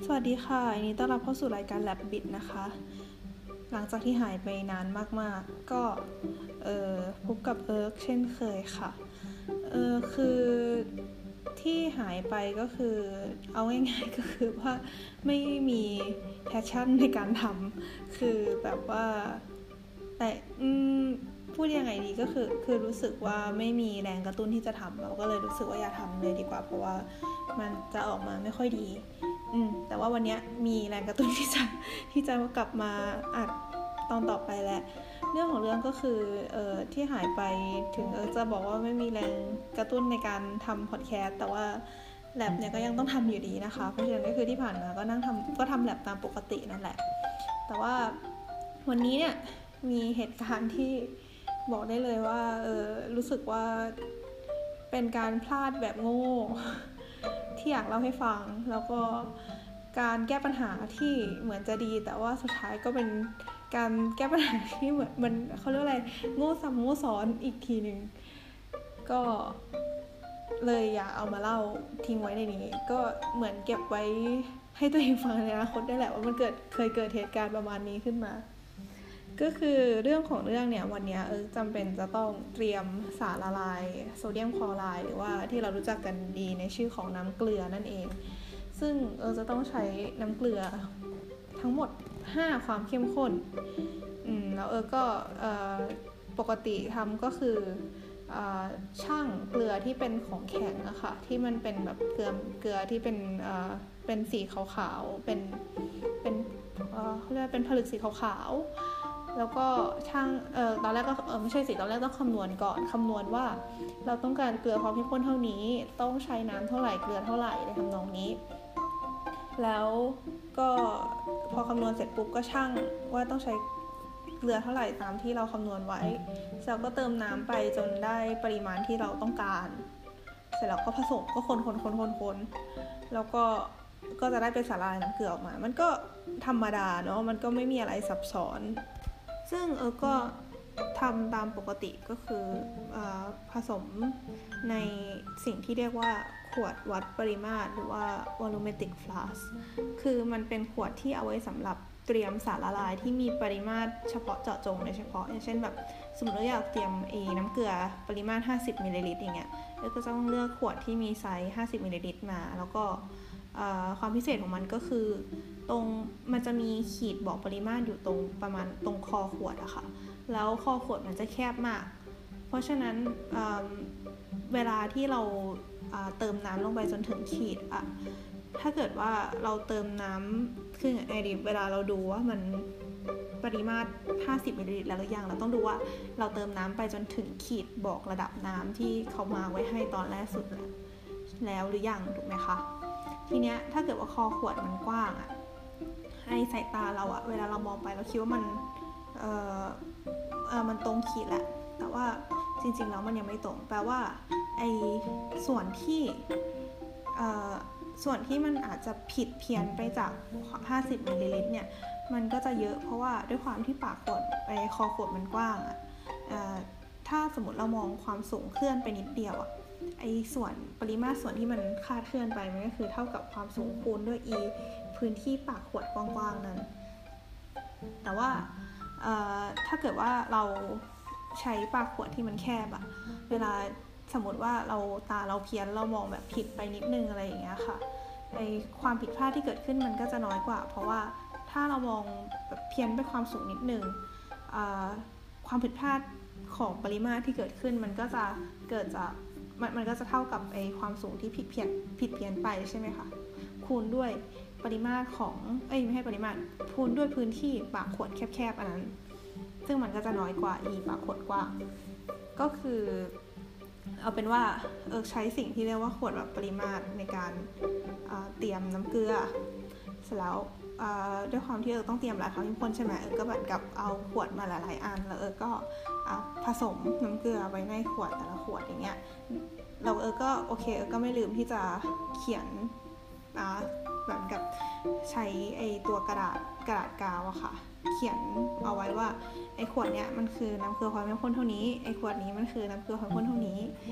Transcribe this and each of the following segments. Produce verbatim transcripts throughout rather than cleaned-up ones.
วัสดีค่ะยินดีต้อนรับเข้าสู่รายการ Lab Bit นะคะหลังจากที่หายไปนานมากๆก็เอ่อพบกับเอิร์กเช่นเคยค่ะเออคือที่หายไปก็คือเอาง่ายๆก็คือว่าไม่มีแพชชั่นในการทำคือแบบว่าแต่พูดยังไงดีก็คือคือรู้สึกว่าไม่มีแรงกระตุ้นที่จะทำเราก็เลยรู้สึกว่าอย่าทำเลยดีกว่าเพราะว่ามันจะออกมาไม่ค่อยดีอืมแต่ว่าวันนี้มีแรงกระตุ้นที่จะที่จะกลับมาอัดตอนต่อไปแหละเรื่องของเรื่องก็คือเอ่อที่หายไปถึงเออจะบอกว่าไม่มีแรงกระตุ้นในการทำพอดแคสต์แต่ว่าแลบเนี่ยก็ยังต้องทำอยู่ดีนะคะเพราะฉะนั้นก็คือที่ผ่านมาก็นั่งทำก็ทำแลบตามปกตินั่นแหละแต่ว่าวันนี้เนี่ยมีเหตุการณ์ที่บอกได้เลยว่าเออรู้สึกว่าเป็นการพลาดแบบโง่ที่อยากเล่าให้ฟังแล้วก็การแก้ปัญหาที่เหมือนจะดีแต่ว่าสุดท้ายก็เป็นการแก้ปัญหาที่เหมือนมันเขาเรียกอะไรโง่ซ้ำโง่ซ้อนอีกทีนึงก็เลยอยากเอามาเล่าทิ้งไว้ในนี้ก็เหมือนเก็บไว้ให้ตัวเองฟังในอนาคตได้แหละว่ามันเกิดเคยเกิดเหตุการณ์ประมาณนี้ขึ้นมาก็คือเรื่องของเรื่องเนี่ยวันนี้เออจำเป็นจะต้องเตรียมสารละลายโซเดียมคลอไรด์หรือว่าที่เรารู้จักกันดีในชื่อของน้ำเกลือนั่นเองซึ่งเออจะต้องใช้น้ำเกลือทั้งหมดห้าความเข้มข้นอืมแล้วเออก็เอ่อปกติทำก็คือเอ่อช่างเกลือที่เป็นของแข็งอะค่ะที่มันเป็นแบบเกลือเกลือที่เป็นเอ่อเป็นสีขาวๆเป็นเป็นเอ่อเขาเรียกเป็นผลึกสีขาวๆแล้วก็ช่างเอ่อตอนแรกก็เออไม่ใช่สิตอนแรกต้องคำนวณก่อนคำนวณว่าเราต้องการเกลือความเข้มข้นเท่านี้ต้องใช้น้ำเท่าไหร่เกลือเท่าไหร่ในทำนองนี้แล้วก็พอคำนวณเสร็จปุ๊บก็ช่างว่าต้องใช้เกลือเท่าไหร่ตามที่เราคำนวณไว้เราก็เติมน้ำไปจนได้ปริมาณที่เราต้องการเสร็จแล้วก็ผสมก็คนคนคนคนคนแล้วก็ก็จะได้เป็นสาหร่ายน้ำเกลือออกมามันก็ธรรมดาเนาะมันก็ไม่มีอะไรซับซ้อนซึ่งเออก็ทำตามปกติก็คือเอ่อผสมในสิ่งที่เรียกว่าขวดวัดปริมาตรหรือว่า volumetric flask คือมันเป็นขวดที่เอาไว้สำหรับเตรียมสารละลายที่มีปริมาตรเฉพาะเจาะจงโดยเฉพาะอย่างเช่นแบบสมมติเราอยากเตรียมเอน้ำเกลือปริมาตรห้าสิบมิลลิลิตรอย่างเงี้ยแล้วก็ต้องเลือกขวดที่มีไซส์ห้าสิบมิลลิลิตรมาแล้วก็ความพิเศษของมันก็คือตรงมันจะมีขีดบอกปริมาตรอยู่ตรงประมาณตรงคอขวดอะค่ะแล้วคอขวดมันจะแคบมากเพราะฉะนั้นเ, เวลาที่เราเติมน้ำลงไปจนถึงขีดอะถ้าเกิดว่าเราเติมน้ำคือไอเดียเวลาเราดูว่ามันปริมาตรห้าสิบมิลลิลิตรแล้วหรือยังเราต้องดูว่าเราเติมน้ำไปจนถึงขีดบอกระดับน้ำที่เขามาไว้ให้ตอนแรกสุดแล้วแล้วหรือยังถูกไหมคะทีเนี้ยถ้าเกิดว่าคอขวดมันกว้างอะไอสายตาเราอะเวลาเรามองไปเราคิดว่ามันเอ่อเอ่อมันตรงขีดแหละแต่ว่าจริงๆแล้วมันยังไม่ตรงแปลว่าไอส่วนที่เอ่อส่วนที่มันอาจจะผิดเพี้ยนไปจากห้าสิบมิลลิลิตรเนี่ยมันก็จะเยอะเพราะว่าด้วยความที่ปากขวดไอคอขวดมันกว้างอ่ะเอ่อถ้าสมมติเรามองความสูงเคลื่อนไปนิดเดียวอ่ะไอส่วนปริมาตรส่วนที่มันคลาดเคลื่อนไปมันก็คือเท่ากับความสูงคูณด้วย e พื้นที่ปากขวดกว้างๆนั้นแต่ว่าเอ่อถ้าเกิดว่าเราใช้ปากขวดที่มันแคบอะเวลาสมมติว่าเราตาเราเพี้ยนเรามองแบบผิดไปนิดนึงอะไรอย่างเงี้ยค่ะไอความผิดพลาดที่เกิดขึ้นมันก็จะน้อยกว่าเพราะว่าถ้าเรามองแบบเพี้ยนไปความสูงนิดนึงความผิดพลาดของปริมาตรที่เกิดขึ้นมันก็จะเกิดจากมันมันก็จะเท่ากับไอความสูงที่ผิดเพี้ยนผิดเพี้ยนไปใช่ไหมคะคูณด้วยปริมาตรของเอ้ยไม่ให้ปริมาตรคูณด้วยพื้นที่ปากขวดแคบๆอันนั้นซึ่งมันก็จะน้อยกว่าอีปากขวดกว้างก็คือเอาเป็นว่าเออใช้สิ่งที่เรียกว่าขวดแบบปริมาตรในการเตรียมน้ำเกลือเสร็จแล้วด้วยความที่เออต้องเตรียมหลายครั้งทุกคนใช่ไหมเออก็เหมือนกับเอาขวดมาหลายๆอันแล้วเออก็ผสมน้ำเกลือไว้ในขวดแต่ละขวดอย่างเงี้ยเราเออก็โอเคเออก็ไม่ลืมที่จะเขียนเหมือนกับใช้ไอตัวกระดาษกระดาษกาวอะค่ะเขียนเอาไว้ว่าไอขวดเนี้ยมันคือน้ำเกลือความเข้มข้นเท่านี้ไอขวดนี้มันคือน้ำเกลือความเข้มข้นเท่านี้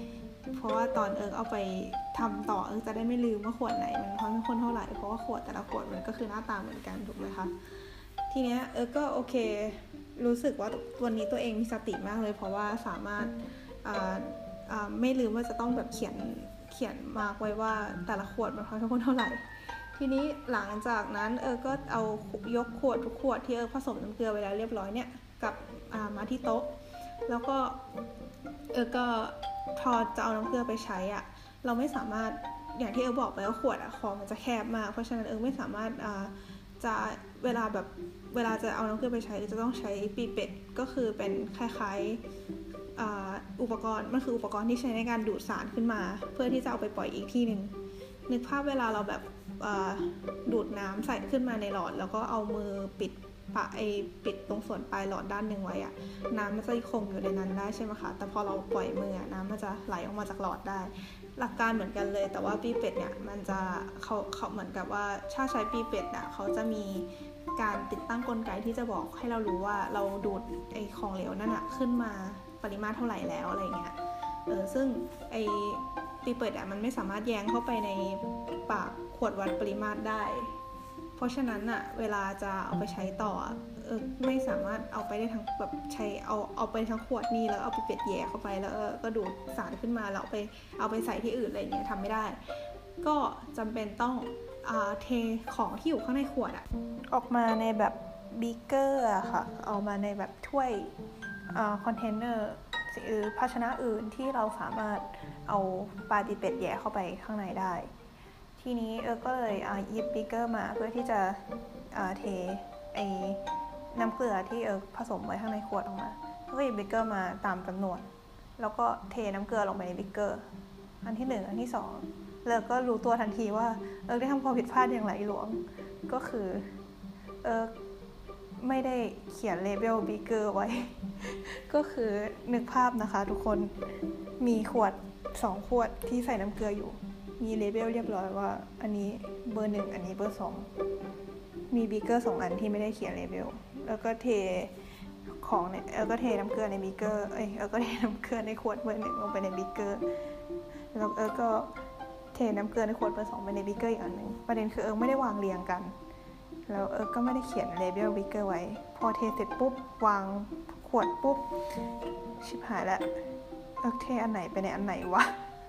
เพราะว่าตอนเอิร์กเอาไปทำต่อเอิร์กจะได้ไม่ลืมว่าขวดไหนมันความเข้มข้นเท่าไหร่เพราะว่าขวดแต่ละขวดมันก็คือหน้าตาเหมือนกันถูกไหมคะทีเนี้ยเอิร์กก็โอเครู้สึกว่าวันนี้ตัวเองมีสติมากเลยเพราะว่าสามารถไม่ลืมว่าจะต้องแบบเขียนเขียนมาร์กไว้ว่าแต่ละขวดมันความเข้มข้นเท่าไหร่ทีนี้หลังจากนั้นเอิร์กก็เอายกขวดทุกขวดที่เอิร์กผสมน้ำเกลือไว้แล้วเรียบร้อยเนี่ยกับมาที่โต๊ะแล้วก็เอิร์กก็พอจะเอาน้ำเกลือไปใช้อ่ะเราไม่สามารถอย่างที่เอิร์กบอกไปว่าขวดอ่ะคอมันจะแคบมากเพราะฉะนั้นเอิร์กไม่สามารถจะเวลาแบบเวลาจะเอาน้ำเกลือไปใช้จะต้องใช้ปีเป็ดก็คือเป็นคล้ายๆอุปกรณ์มันคืออุปกรณ์ที่ใช้ในการดูดสารขึ้นมาเพื่อที่จะเอาไปปล่อยอีกที่นึงนึกภาพเวลาเราแบบดูดน้ำใส่ขึ้นมาในหลอดแล้วก็เอามือปิดปะไอปิดตรงส่วนปลายหลอดด้านหนึ่งไว้อะน้ำมันจะคงอยู่ในนั้นได้ใช่ไหมคะแต่พอเราปล่อยมือน้ำมันจะไหลออกมาจากหลอดได้หลักการเหมือนกันเลยแต่ว่าปีเป็ดเนี่ยมันจะเขาเขาเหมือนกับว่าถ้าใช้ปีเป็ดอะเขาจะมีการติดตั้งกลไกที่จะบอกให้เรารู้ว่าเราดูดไอของเหลวนั่นอะขึ้นมาปริมาตรเท่าไหร่แล้วอะไรเงี้ยเออซึ่งไอปีเป็ดอะมันไม่สามารถแยงเข้าไปในปากขวดวัดปริมาตรได้เพราะฉะนั้นอะเวลาจะเอาไปใช้ต่อเออไม่สามารถเอาไปได้ทั้งแบบใช้เอาเอาไปทั้งขวดนี่แล้วเอาไปเป็ดแย่เข้าไปแล้วก็ดูดสารขึ้นมาแล้วเอาไปเอาไปใส่ที่อื่นอะไรอย่างเงี้ยทำไม่ได้ก็จำเป็นต้องอ่าเทของที่อยู่ข้างในขวดอะออกมาในแบบบีเกอร์อะค่ะเอามาในแบบถ้วยอ่าคอนเทนเนอร์หรือภาชนะอื่นที่เราสามารถเอาปลาปีเป็ดแย่เข้าไปข้างในได้ทีนี้เออก็เลยหยิบบีเกอร์มาเพื่อที่จะเทไอ้น้ำเกลือที่เออผสมไว้ข้างในขวดออกมาก็หยิบบีเกอร์มาตามจำนวนแล้วก็เทน้ำเกลือลงไปในบีเกอร์อันที่หนึ่งอันที่สองแล้วก็รู้ตัวทันทีว่าเออได้ทำความผิดพลาดอย่างไหลหลวงก็คือเออไม่ได้เขียนเลเบลบีเกอร์ไว้ ก็คือนึกภาพนะคะทุกคนมีขวดสองขวดที่ใส่น้ำเกลืออยู่มีเลเบลเรียบร้อยว่าอันนี้เบอร์หนึ่งอันนี้เบอร์สองมีบีเกอร์สองอันที่ไม่ได้เขียนเลเบลแล้วก็เทของเนี่ยแล้วก็เทน้ำเกลือในบีเกอร์เอ้ยแล้วก็เทน้ำเกลือในขวดเบอร์หนึ่งลงไปในบีเกอร์แล้วเออก็เทน้ำเกลือในขวดเบอร์สองไปในบีเกอร์อีกอันนึงประเด็นคือเออไม่ได้วางเรียงกันแล้วเออก็ไม่ได้เขียนเลเบลบีเกอร์ไว้พอเทเสร็จปุ๊บวางขวดปุ๊บชิบหายแล้วเออเทอันไหนไปในอันไหนวะ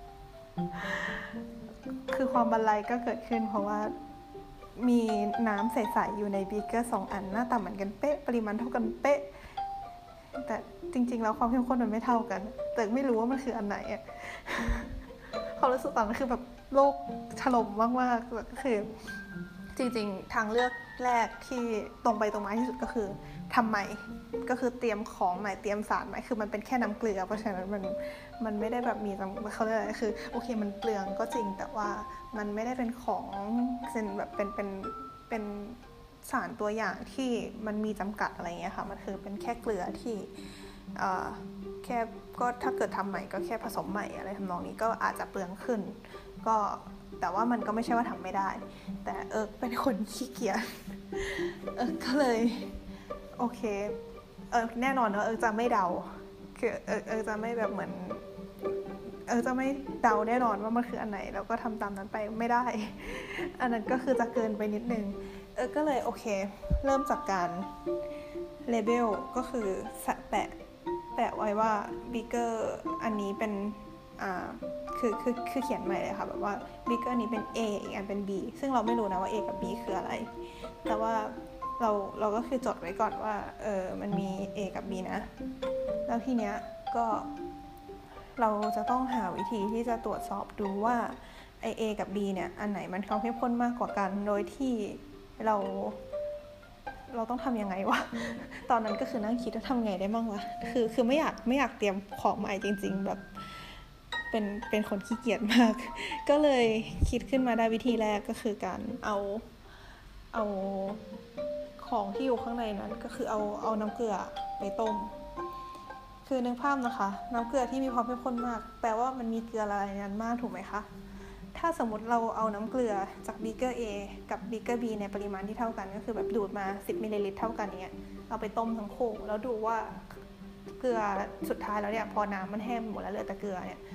คือความบันไลก็เกิดขึ้นเพราะว่ามีน้ำใสๆอยู่ในบีเกอร์สองอันหน้าตาเหมือนกันเป๊ะปริมาณเท่ากันเป๊ะแต่จริงๆแล้วความเข้มข้นมันไม่เท่ากันแต่ไม่รู้ว่ามันคืออันไหนอ่ะความรู้สึกตอนนั้นคือแบบโลกถล่มมากๆก็คือจริงๆทางเลือกแรกที่ตรงไปตรงมาที่สุดก็คือทำใหม่ก็คือเตรียมของใหม่เตรียมสารใหม่คือมันเป็นแค่น้ำเกลือเพราะฉะนั้นมันมันไม่ได้แบบมีเขาเรียกอะไรคือโอเคมันเปลืองก็จริงแต่ว่ามันไม่ได้เป็นของเป็นแบบเป็นเป็นเป็นสารตัวอย่างที่มันมีจำกัดอะไรเงี้ยค่ะมันคือเป็นแค่เกลือที่แค่ก็ถ้าเกิดทำใหม่ก็แค่ผสมใหม่อะไรทำนองนี้ก็อาจจะเปลืองขึ้นก็แต่ว่ามันก็ไม่ใช่ว่าทำไม่ได้แต่เออเป็นคนขี้เกียจเออก็เลยโอเคเออแน่นอนว่าเออจะไม่เดาคือเออเออจะไม่แบบเหมือนเออจะไม่เดาแน่นอนว่ามันคืออันไหนแล้วก็ทำตามนั้นไปไม่ได้อันนั้นก็คือจะเกินไปนิดนึงเออก็เลยโอเคเริ่มจากการเลเบลก็คือแปะแปะไว้ว่าบีเกอร์อันนี้เป็นอ่าคือคือคือเขียนใหม่เลยค่ะแบบว่าบีเกอร์นี้เป็น A อีกอันเป็น B ซึ่งเราไม่รู้นะว่า A กับ B คืออะไรแต่ว่าเราเราก็คือจดไว้ก่อนว่าเออมันมี A กับ B นะแล้วทีเนี้ยก็เราจะต้องหาวิธีที่จะตรวจสอบดูว่าไอ A กับ B เนี่ยอันไหนมันความเข้มข้นมากกว่ากันโดยที่เราเราต้องทำยังไงวะ ตอนนั้นก็คือนั่งคิดว่าทำไงได้บ้างวะคือคือไม่อยากไม่อยากเตรียมของใหม่จริงๆแบบเป็นเป็นคนขี้เกียจมากก็เลยคิดขึ้นมาได้วิธีแรกก็คือการเอาเอาของที่อยู่ข้างในนั้นก็คือเอาเอาน้ำเกลือไปต้มคือนึกภาพนะคะน้ำเกลือที่มีความเข้มข้นมากแปลว่ามันมีเกลือละลายในนั้นมากถูกไหมคะถ้าสมมติเราเอาน้ำเกลือจากบีเกอร์ A กับบีเกอร์ B ในปริมาณที่เท่ากันก็คือแบบดูดมาสิบมิลลิลิตรเท่ากันเนี้ยเอาไปต้มทั้งคู่แล้วดูว่าเกลือสุดท้ายแล้วเนี่ยพอน้ำมันแห้งหมดแล้วเหลือแต่เกลือเนี่ย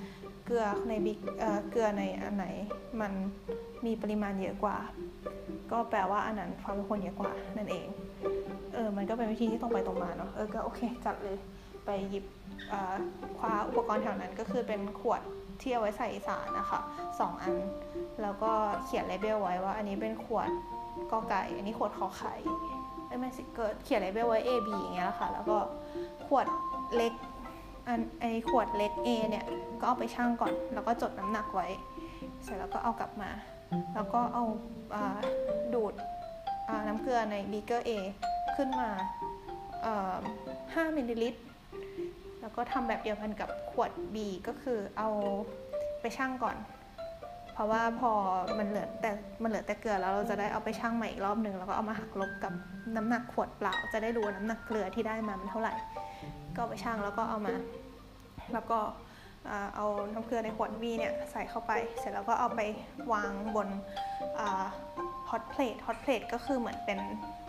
เกลือในบิ๊กเอ่อเกลือในอันไหนมันมีปริมาณเยอะกว่าก็แปลว่าอันนั้นความเข้มข้นเยอะกว่านั่นเองเออมันก็เป็นวิธีที่ตรงไปตรงมาเนาะเออก็โอเคจัดเลยไปหยิบคว้าอุปกรณ์แถวนั้นก็คือเป็นขวดที่เอาไว้ใส่สารนะคะสองอันแล้วก็เขียนเลเบลไว้ว่าอันนี้เป็นขวดกอไก่อันนี้ขวดขอไข่ไม่สิเกิดเขียนเลเบลไว้ A B อย่างเงี้ยแหละค่ะแล้วก็ขวดเล็กอันไอขวดเล็ก A เนี่ยก็เอาไปชั่งก่อนแล้วก็จดน้ำหนักไว้เสร็จแล้วก็เอากลับมาแล้วก็เอาดูดน้ำเกลือในบีเกอร์ A ขึ้นมาห้ามิลลิลิตรแล้วก็ทำแบบเดียวกันกับขวด B ก็คือเอาไปชั่งก่อนเพราะว่าพอมันเหลือแต่มันเหลือแต่เกลือแล้วเราจะได้เอาไปชั่งใหม่อีกรอบนึงแล้วก็เอามาหักลบกับน้ำหนักขวดเปล่าจะได้รู้ว่าน้ำหนักเกลือที่ได้มามันเท่าไหร่ก็เอาไปชั่งแล้วก็เอามาแล้วก็เอาน้ำเกลือในขวด V เนี่ยใส่เข้าไปเสร็จแล้วก็เอาไปวางบนฮอตเพลทฮอตเพลทก็คือเหมือนเป็น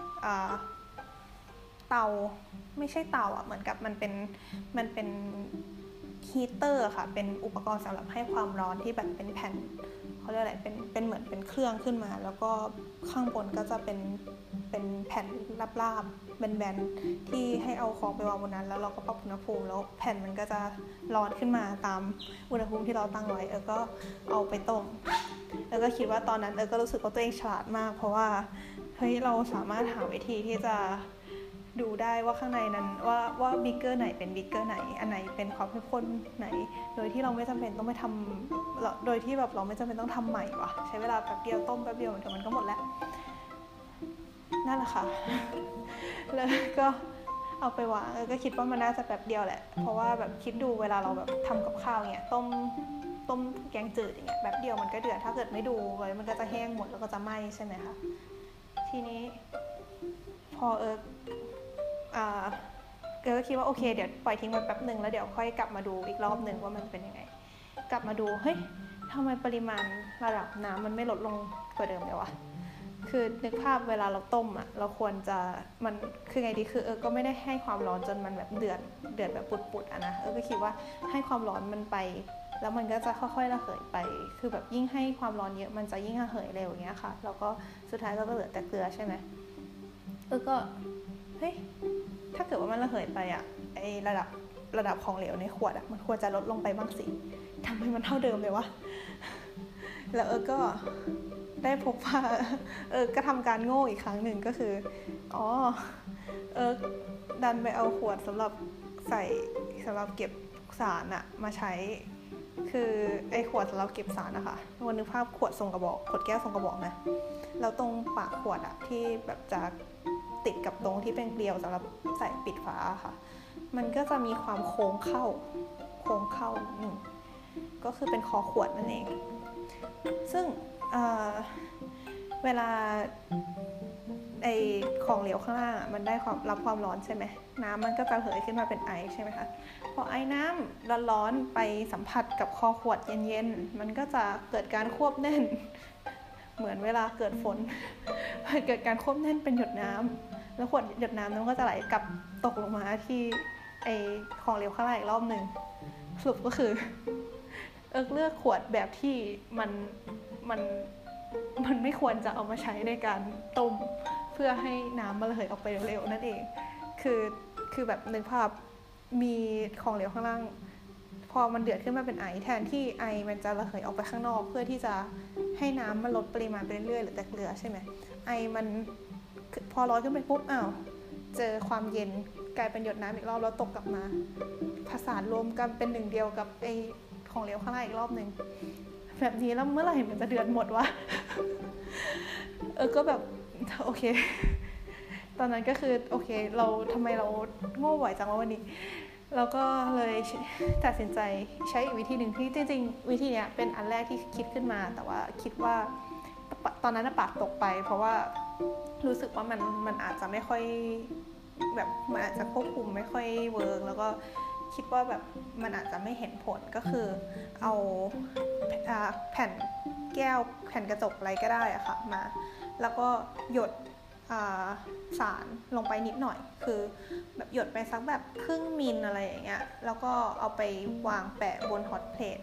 เตาไม่ใช่เตาอ่ะเหมือนกับมันเป็นมันเป็นฮีเตอร์ค่ะเป็นอุปกรณ์สำหรับให้ความร้อนที่แบบเป็นแผ่นเขาเรียกอะไรเป็นเป็นเหมือนเป็นเครื่องขึ้นมาแล้วก็ข้างบนก็จะเป็นเป็นแผ่นราบๆแบนๆที่ให้เอาของไปวางบนนั้นแล้วเราก็ปรับอุณหภูมิแล้วแผ่นมันก็จะร้อนขึ้นมาตามอุณหภูมิที่เราตั้งไว้เออก็เอาไปต้มแล้วก็คิดว่าตอนนั้นเออก็รู้สึกว่าตัวเองฉลาดมากเพราะว่าเฮ้ยเราสามารถหาวิธีที่จะดูได้ว่าข้างในนั้นว่าว่าบิ๊กเกอร์ไหนเป็นบิ๊กเกอร์ไหนอันไหนเป็นความเข้มข้นไหนโดยที่เราไม่จำเป็นต้องไปทำโดยที่แบบเราไม่จำเป็นต้องทำใหม่วะใช้เวลาแป๊บเดียวต้มแป๊บเดียวเดี๋ยวมันก็หมดแล้วนั่นแหละค่ะแล้วก็เอาไปวางก็คิดว่ามันน่าจะแป๊บเดียวแหละเพราะว่าแบบคิดดูเวลาเราแบบทำกับข้าวเนี่ยต้มต้มแกงจืดอย่างเงี้ยแป๊บเดียวมันก็เดือดถ้าเกิดไม่ดูเลยมันก็จะแห้งหมดแล้วก็จะไหม้ใช่ไหมคะทีนี้พอเออเออก็คิดว่าโอเคเดี๋ยวปล่อยทิ้งไว้แป๊บนึงแล้วเดี๋ยวค่อยกลับมาดูอีกรอบนึงว่ามันเป็นยังไงกลับมาดูเฮ้ยทำไมปริมาณระดับน้ำมันไม่ลดลงกว่าเดิมเลยวะคือนึกภาพเวลาเราต้มอ่ะเราควรจะมันคือไงดีคือเออก็ไม่ได้ให้ความร้อนจนมันแบบเดือดเดือดแบบปุดๆอ่ะนะเออก็คิดว่าให้ความร้อนมันไปแล้วมันก็จะค่อยๆระเหยไปคือแบบยิ่งให้ความร้อนเยอะมันจะยิ่งระเหยเร็วอย่างเงี้ยค่ะแล้วก็สุดท้ายก็เหลือแต่เกลือใช่ไหมเออก็เฮ้ยถ้าเกิดว่ามันระเหยไปอ่ะไอระดับระดับของเหลวในขวดอ่ะมันควรจะลดลงไปบ้างสิทำไมมันเท่าเดิมเลยวะแล้วเออก็ได้พบว่าเออก็ทำการโง่อีกครั้งหนึ่งก็คืออ๋อเออดันไปเอาขวดสำหรับใส่สำหรับเก็บสารอะมาใช้คือไอ้ขวดสำหรับเก็บสารนะคะวันนึกภาพขวดทรงกระบอกขวดแก้วทรงกระบอกนะแล้วตรงปากขวดอะที่แบบจะติดกับตรงที่เป็นเกลียวสำหรับใส่ปิดฝาค่ะมันก็จะมีความโค้งเข้าโค้งเข้าหนึ่งก็คือเป็นคอขวดนั่นเองซึ่งเอ่อเวลาไอของเหลวข้างล่างมันได้ความรับความร้อนใช่ไหมน้ำมันก็จะระเหยขึ้นมาเป็นไอใช่ไหมคะพอไอน้ำร้อนๆไปสัมผัสกับคอขวดเย็นๆมันก็จะเกิดการควบแน่นเหมือนเวลาเกิดฝนเกิดการควบแน่นเป็นหยดน้ำแล้วขวดหยดน้ำนั้นก็จะไหลกลับตกลงมาที่ไอของเหลวข้างล่างอีกรอบหนึ่งสรุปก็คือเอิร์กเลือกขวดแบบที่มันมันมันไม่ควรจะเอามาใช้ในการต้มเพื่อให้น้ำมันระเหยออกไปเร็วๆนั่นเองคือคือแบบนึกภาพมีของเหลวข้างล่างพอมันเดือดขึ้นมาเป็นไอแทนที่ไอมันจะระเหยออกไปข้างนอกเพื่อที่จะให้น้ำมันลดปริมาณไปเรื่อยๆหรือแต่เกลือใช่ไหมไอมันพอร้อนขึ้นไปปุ๊บอ้าวเจอความเย็นกลายเป็นหยดน้ำอีกรอบแล้วตกกลับมาผสานรวมกันเป็นหนึ่งเดียวกับไอของเหลวข้างล่างอีกรอบนึงแบบนี้แล้วเมื่อไหร่มันจะเดือดหมดวะ เออก็แบบโอเคตอนนั้นก็คือโอเคเราทำไมเราโง่บ่อยจังวะวันนี้เราก็เลยตัดสินใจใช้อีกวิธีหนึ่งที่จริงๆวิธีเนี้ยเป็นอันแรกที่คิดขึ้นมาแต่ว่าคิดว่าตอนนั้นปากตกไปเพราะว่ารู้สึกว่ามันมันอาจจะไม่ค่อยแบบมันอาจจะควบคุมไม่ค่อยเวิร์กแล้วก็คิดว่าแบบมันอาจจะไม่เห็นผลก็คือเอาแผ่นแก้วแผ่นกระจกอะไรก็ได้อะค่ะมาแล้วก็หยดสารลงไปนิดหน่อยคือแบบหยดไปสักแบบครึ่งมิลอะไรอย่างเงี้ยแล้วก็เอาไปวางแปะบนฮอตเพลทใ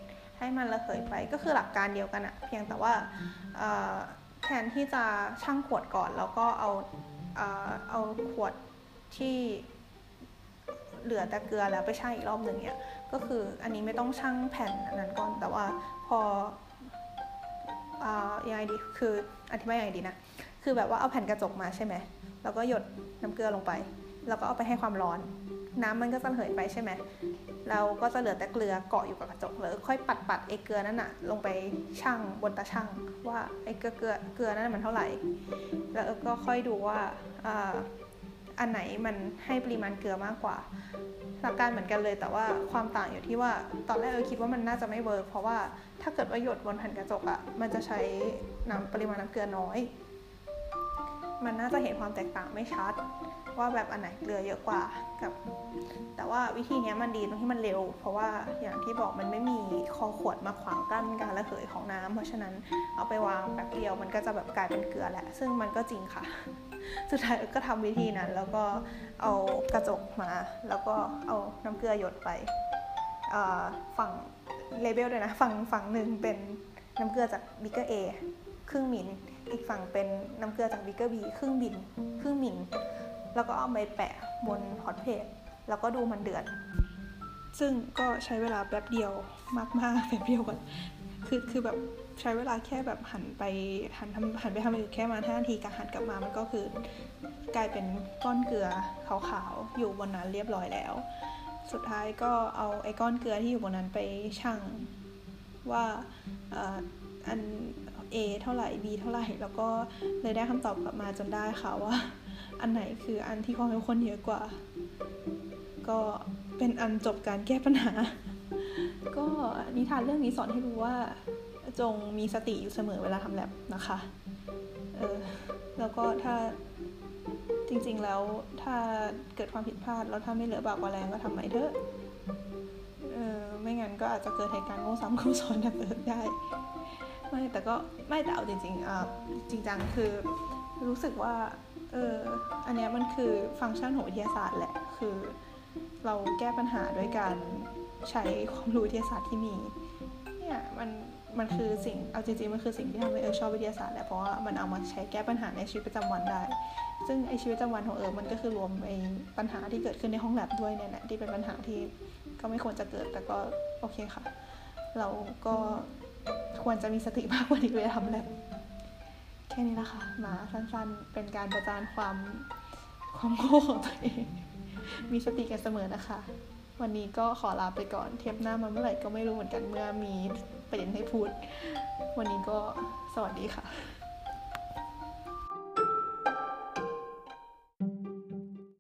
ให้มันระเหยไปก็คือหลักการเดียวกันอะเพียงแต่ว่าแทนที่จะชั่งขวดก่อนแล้วก็เอาเอาขวดที่เหลือแต่เกลือแล้วไปชั่งอีกรอบหนึ่งเนี่ยก็คืออันนี้ไม่ต้องชั่งแผ่นนั้นก่อนแต่ว่าพออ่ายังไงดีคืออธิบายยังไงดีนะคือแบบว่าเอาแผ่นกระจกมาใช่ไหมแล้วก็หยดน้ำเกลือลงไปแล้วก็เอาไปให้ความร้อนน้ำมันก็จะระเหยไปใช่ไหมเราก็จะเหลือแต่เกลือเกาะอยู่กับกระจกแล้วค่อยปัดปัดไอ้เกลือนั่นน่ะลงไปชั่งบนตาชั่งว่าไอ้เกลือเกลือเกลือนั่นมันเท่าไหร่แล้วก็ค่อยดูว่าอ่าอันไหนมันให้ปริมาณเกลือมากกว่าหลักการเหมือนกันเลยแต่ว่าความต่างอยู่ที่ว่าตอนแรกเออคิดว่ามันน่าจะไม่เวิร์กเพราะว่าถ้าเกิดว่าหยดบนแผ่นกระจกอ่ะมันจะใช้น้ำปริมาณน้ำเกลือน้อยมันน่าจะเห็นความแตกต่างไม่ชัดว่าแบบอันไหนเกลือเยอะกว่ากับแต่ว่าวิธีนี้มันดีตรงที่มันเร็วเพราะว่าอย่างที่บอกมันไม่มีคอขวดมาขวางกั้นการระเหยของน้ำเพราะฉะนั้นเอาไปวางแป๊บเดียวมันก็จะแบบกลายเป็นเกลือแหละซึ่งมันก็จริงค่ะสุดท้ายก็ทำวิธีนั้นแล้วก็เอากระจกมาแล้วก็เอาน้ำเกลือหยดไปฝั่งเลเบลด้วยนะฝั่งฝั่งหนึ่งเป็นน้ำเกลือจากบิกเกอร์ A ครึ่งมิลอีกฝั่งเป็นน้ำเกลือจากบิกเกอร์ B ครึ่งบินครึ่งมิลแล้วก็เอาไปแปะบนฮอตเพลทแล้วก็ดูมันเดือดซึ่งก็ใช้เวลาแป๊บเดียวมากๆแป๊บเดียวก่อนคือคือแบบใช้เวลาแค่แบบหันไปหันทำหันไปทำอยู่แค่มาห้านาทีกับหันกลับมามันก็คือกลายเป็นก้อนเกลือขาวๆอยู่บนนั้นเรียบร้อยแล้วสุดท้ายก็เอาไอ้ก้อนเกลือที่อยู่บนนั้นไปชั่งว่าอัน A เท่าไหร่ B เท่าไหร่แล้วก็เลยได้คำตอบกลับมาจนได้ค่ะว่าอันไหนคืออันที่ความเข้มข้นเยอะกว่าก็เป็นอันจบการแก้ปัญหาก็นิทานเรื่องนี้สอนให้รู้ว่าจงมีสติอยู่เสมอเวลาทำแลบนะคะเออแล้วก็ถ้าจริงๆแล้วถ้าเกิดความผิดพลาดแล้วถ้าไม่เหลือบากกว่าแรงก็ทำใหม่เถอะเออไม่งั้นก็อาจจะเกิดเหตุการณ์โง่ซ้ำโง่ซ้อนแบบเดิมได้ไม่แต่ก็ไม่แต่เอาจริงๆอ่าจริงจังคือรู้สึกว่าเอออันนี้มันคือฟังก์ชันของวิทยาศาสตร์แหละคือเราแก้ปัญหาด้วยการใช้ความรู้วิทยาศาสตร์ที่มีเนี่ยมันมันคือสิ่งเอาจริงๆมันคือสิ่งที่ทำให้เออชอบวิทยาศาสตร์แหละเพราะว่ามันเอามาใช้แก้ปัญหาในชีวิตประจำวันได้ซึ่งไอชีวิตประจำวันของเออมันก็คือรวมไอปัญหาที่เกิดขึ้นในห้องแลบด้วยเนี่ยแหละที่เป็นปัญหาที่ก็ไม่ควรจะเกิดแต่ก็โอเคค่ะเราก็ควรจะมีสติมากกว่านี้เวลาทำแลบแค่นี้นะคะมาสั้นๆเป็นการประจานความความโง่ของตัวเองมีสติกันเสมอนะคะวันนี้ก็ขอลาไปก่อนเทปหน้ามาเมื่อไหร่ก็ไม่รู้เหมือนกันเมื่อมีประเด็นให้พูดวันนี้ก็สวัสดีค่ะ